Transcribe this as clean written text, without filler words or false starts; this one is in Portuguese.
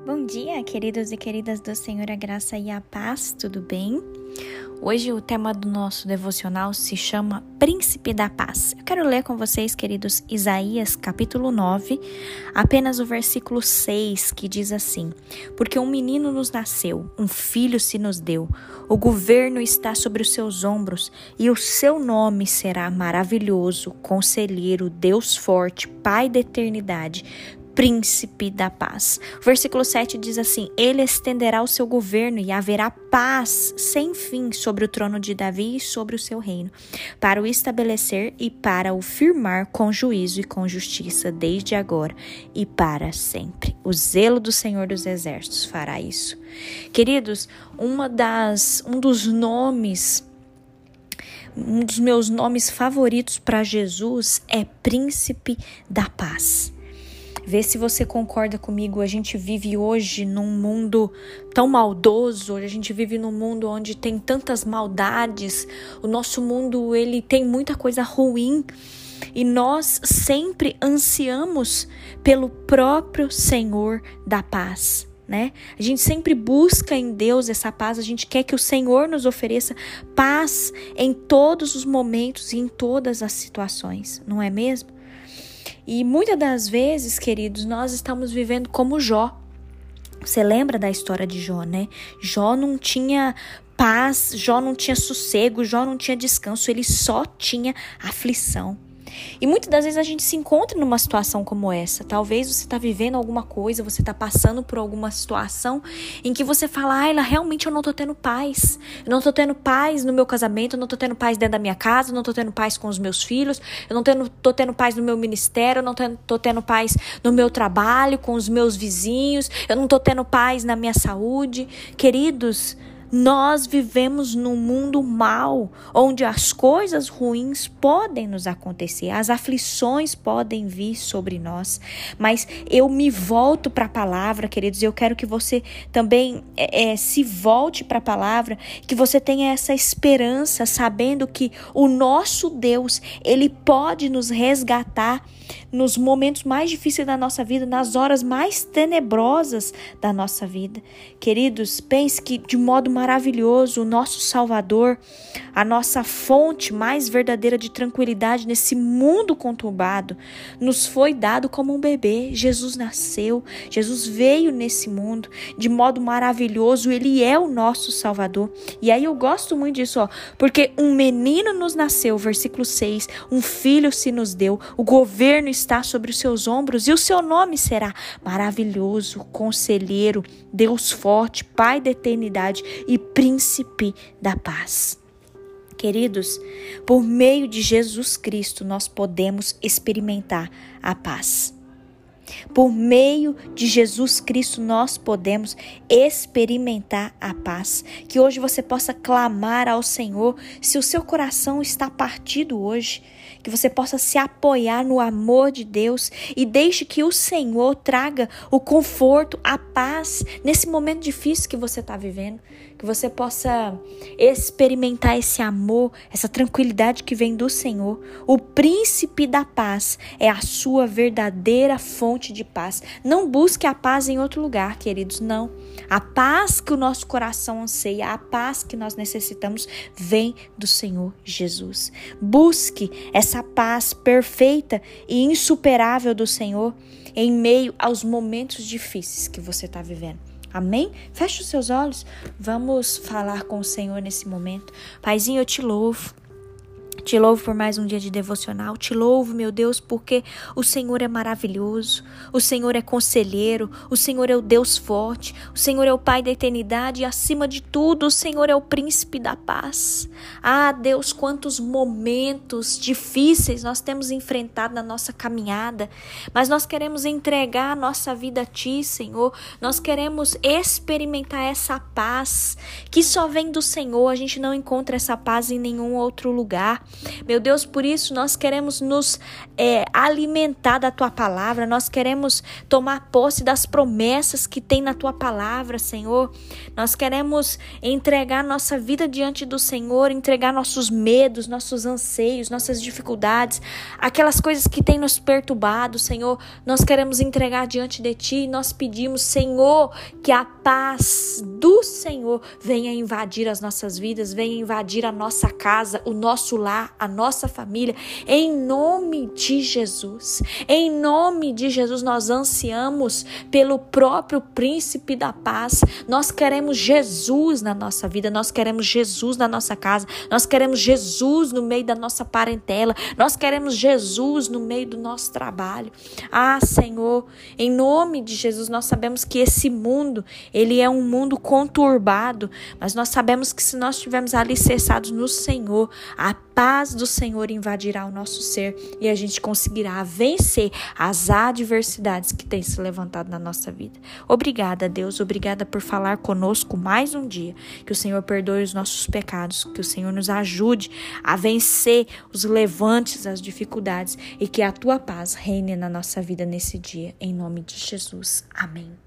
Bom dia, queridos e queridas do Senhor, a graça e a paz, tudo bem? Hoje o tema do nosso devocional se chama Príncipe da Paz. Eu quero ler com vocês, queridos, Isaías capítulo 9, apenas o versículo 6, que diz assim: Porque um menino nos nasceu, um filho se nos deu, o governo está sobre os seus ombros, e o seu nome será maravilhoso, Conselheiro, Deus forte, Pai da eternidade, Príncipe da Paz. O versículo 7 diz assim: Ele estenderá o seu governo e haverá paz sem fim sobre o trono de Davi e sobre o seu reino, para o estabelecer e para o firmar com juízo e com justiça desde agora e para sempre. O zelo do Senhor dos Exércitos fará isso. Queridos, um dos meus nomes favoritos para Jesus é Príncipe da Paz. Vê se você concorda comigo. A gente vive hoje num mundo tão maldoso, a gente vive num mundo onde tem tantas maldades. O nosso mundo, ele tem muita coisa ruim e nós sempre ansiamos pelo próprio Senhor da paz, né? A gente sempre busca em Deus essa paz, a gente quer que o Senhor nos ofereça paz em todos os momentos e em todas as situações, não é mesmo? E muitas das vezes, queridos, nós estamos vivendo como Jó. Você lembra da história de Jó, né? Jó não tinha paz, Jó não tinha sossego, Jó não tinha descanso, ele só tinha aflição. E muitas das vezes a gente se encontra numa situação como essa. Talvez você está vivendo alguma coisa, você está passando por alguma situação em que você fala: realmente eu não estou tendo paz. Eu não estou tendo paz no meu casamento, eu não estou tendo paz dentro da minha casa, eu não estou tendo paz com os meus filhos, eu não estou tendo paz no meu ministério, eu não estou tendo paz no meu trabalho, com os meus vizinhos, eu não estou tendo paz na minha saúde. Queridos, nós vivemos num mundo mau, onde as coisas ruins podem nos acontecer, as aflições podem vir sobre nós, mas eu me volto para a palavra, queridos, eu quero que você também se volte para a palavra, que você tenha essa esperança, sabendo que o nosso Deus, Ele pode nos resgatar nos momentos mais difíceis da nossa vida, nas horas mais tenebrosas da nossa vida. Queridos, pense que de modo maravilhoso o nosso Salvador, a nossa fonte mais verdadeira de tranquilidade nesse mundo conturbado, nos foi dado como um bebê. Jesus nasceu, Jesus veio nesse mundo de modo maravilhoso, Ele é o nosso Salvador. E aí eu gosto muito disso, porque um menino nos nasceu, versículo 6, um filho se nos deu, o governo está sobre os seus ombros e o seu nome será maravilhoso, Conselheiro, Deus forte, Pai da eternidade e Príncipe da Paz. Queridos, por meio de Jesus Cristo nós podemos experimentar a paz. Por meio de Jesus Cristo nós podemos experimentar a paz. Que hoje você possa clamar ao Senhor, se o seu coração está partido hoje, que você possa se apoiar no amor de Deus e deixe que o Senhor traga o conforto, a paz nesse momento difícil que você está vivendo. Que você possa experimentar esse amor, essa tranquilidade que vem do Senhor. O Príncipe da Paz é a sua verdadeira fonte de paz. Não busque a paz em outro lugar, queridos, não. A paz que o nosso coração anseia, a paz que nós necessitamos, vem do Senhor Jesus. Busque essa paz perfeita e insuperável do Senhor em meio aos momentos difíceis que você está vivendo. Amém? Feche os seus olhos. Vamos falar com o Senhor nesse momento. Paizinho, eu te louvo. Te louvo por mais um dia de devocional. Te louvo, meu Deus, porque o Senhor é maravilhoso. O Senhor é conselheiro. O Senhor é o Deus forte. O Senhor é o Pai da eternidade. E acima de tudo, o Senhor é o Príncipe da Paz. Ah, Deus, quantos momentos difíceis nós temos enfrentado na nossa caminhada. Mas nós queremos entregar a nossa vida a Ti, Senhor. Nós queremos experimentar essa paz que só vem do Senhor. A gente não encontra essa paz em nenhum outro lugar. Meu Deus, por isso nós queremos nos alimentar da Tua palavra, nós queremos tomar posse das promessas que tem na Tua palavra, Senhor. Nós queremos entregar nossa vida diante do Senhor, entregar nossos medos, nossos anseios, nossas dificuldades, aquelas coisas que têm nos perturbado, Senhor. Nós queremos entregar diante de Ti e nós pedimos, Senhor, que a paz do Senhor venha invadir as nossas vidas, venha invadir a nossa casa, o nosso lar, a nossa família, em nome de Jesus. Em nome de Jesus, nós ansiamos pelo próprio príncipe da paz. Nós queremos Jesus na nossa vida, nós queremos Jesus na nossa casa, nós queremos Jesus no meio da nossa parentela, nós queremos Jesus no meio do nosso trabalho. Ah, Senhor, em nome de Jesus, nós sabemos que esse mundo, ele é um mundo conturbado, mas nós sabemos que se nós estivermos alicerçados no Senhor, a paz do Senhor invadirá o nosso ser e a gente conseguirá vencer as adversidades que têm se levantado na nossa vida. Obrigada, Deus, obrigada por falar conosco mais um dia. Que o Senhor perdoe os nossos pecados, que o Senhor nos ajude a vencer os levantes, as dificuldades e que a Tua paz reine na nossa vida nesse dia. Em nome de Jesus. Amém.